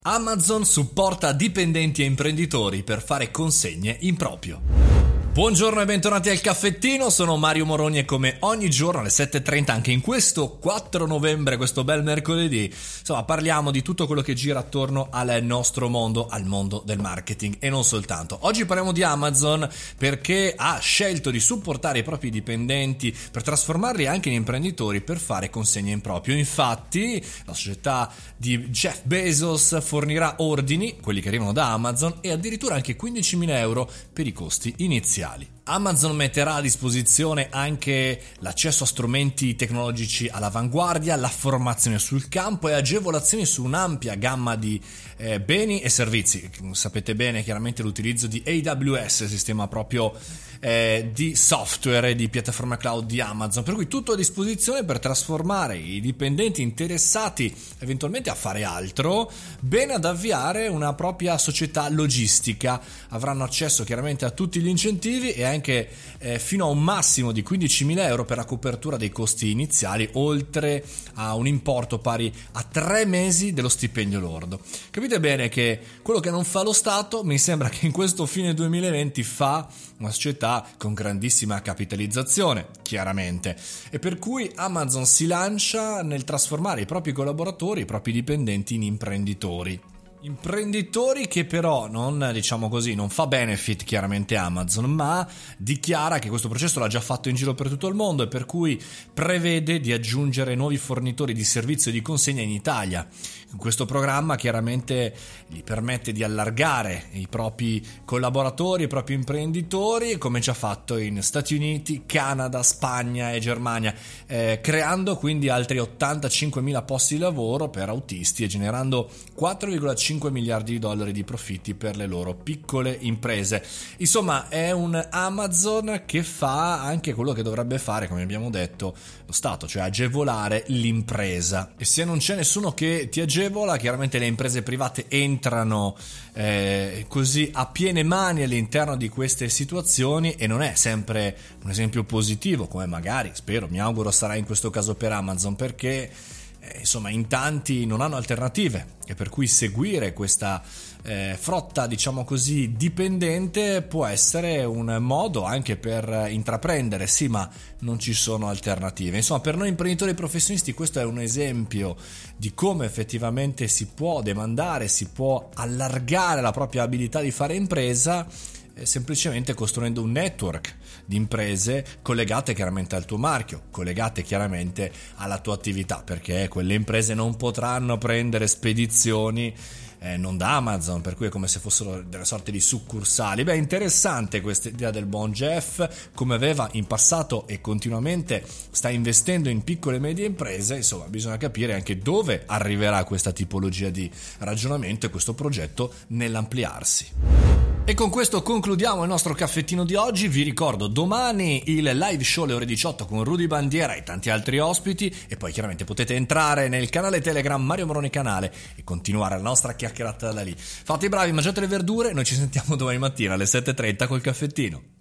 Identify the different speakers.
Speaker 1: Amazon supporta dipendenti e imprenditori per fare consegne in proprio. Buongiorno e bentornati al caffettino, sono Mario Moroni e come ogni giorno alle 7.30 anche in questo 4 novembre, questo bel mercoledì, insomma parliamo di tutto quello che gira attorno al nostro mondo, al mondo del marketing e non soltanto. Oggi parliamo di Amazon perché ha scelto di supportare i propri dipendenti per trasformarli anche in imprenditori per fare consegne in proprio. Infatti la società di Jeff Bezos fornirà ordini, quelli che arrivano da Amazon, e addirittura anche 15.000 euro per i costi iniziali. Amazon metterà a disposizione anche l'accesso a strumenti tecnologici all'avanguardia, la formazione sul campo e agevolazioni su un'ampia gamma di beni e servizi. Sapete bene chiaramente l'utilizzo di AWS, sistema proprio di software e di piattaforma cloud di Amazon, per cui tutto a disposizione per trasformare i dipendenti interessati eventualmente a fare altro bene ad avviare una propria società logistica. Avranno accesso chiaramente a tutti gli incentivi e anche fino a un massimo di 15.000 euro per la copertura dei costi iniziali, oltre a un importo pari a 3 mesi dello stipendio lordo. Capite bene che quello che non fa lo Stato mi sembra che in questo fine 2020 fa una società con grandissima capitalizzazione, chiaramente, e per cui Amazon si lancia nel trasformare i propri collaboratori, i propri dipendenti in imprenditori. Imprenditori che però non fa benefit chiaramente Amazon, ma dichiara che questo processo l'ha già fatto in giro per tutto il mondo e per cui prevede di aggiungere nuovi fornitori di servizio e di consegna in Italia. Questo programma chiaramente gli permette di allargare i propri collaboratori, i propri imprenditori, come già fatto in Stati Uniti, Canada, Spagna e Germania, creando quindi altri 85.000 posti di lavoro per autisti e generando 4,5 miliardi di dollari di profitti per le loro piccole imprese. Insomma, è un Amazon che fa anche quello che dovrebbe fare, come abbiamo detto, lo Stato, cioè agevolare l'impresa. E se non c'è nessuno che ti agevola, chiaramente le imprese private entrano così a piene mani all'interno di queste situazioni e non è sempre un esempio positivo, come magari, spero, mi auguro sarà in questo caso per Amazon, perché in tanti non hanno alternative e per cui seguire questa frotta dipendente può essere un modo anche per intraprendere, sì, ma non ci sono alternative. Insomma, per noi imprenditori e professionisti questo è un esempio di come effettivamente si può demandare, si può allargare la propria abilità di fare impresa semplicemente costruendo un network di imprese collegate chiaramente al tuo marchio, collegate chiaramente alla tua attività, perché quelle imprese non potranno prendere spedizioni non da Amazon, per cui è come se fossero delle sorte di succursali. Interessante questa idea del buon Jeff, come aveva in passato e continuamente sta investendo in piccole e medie imprese. Insomma, bisogna capire anche dove arriverà questa tipologia di ragionamento e questo progetto nell'ampliarsi. E con questo concludiamo il nostro caffettino di oggi. Vi ricordo domani il live show alle ore 18 con Rudy Bandiera e tanti altri ospiti, e poi chiaramente potete entrare nel canale Telegram Mario Moroni Canale e continuare la nostra chiacchierata da lì. Fate i bravi, mangiate le verdure, noi ci sentiamo domani mattina alle 7.30 col caffettino.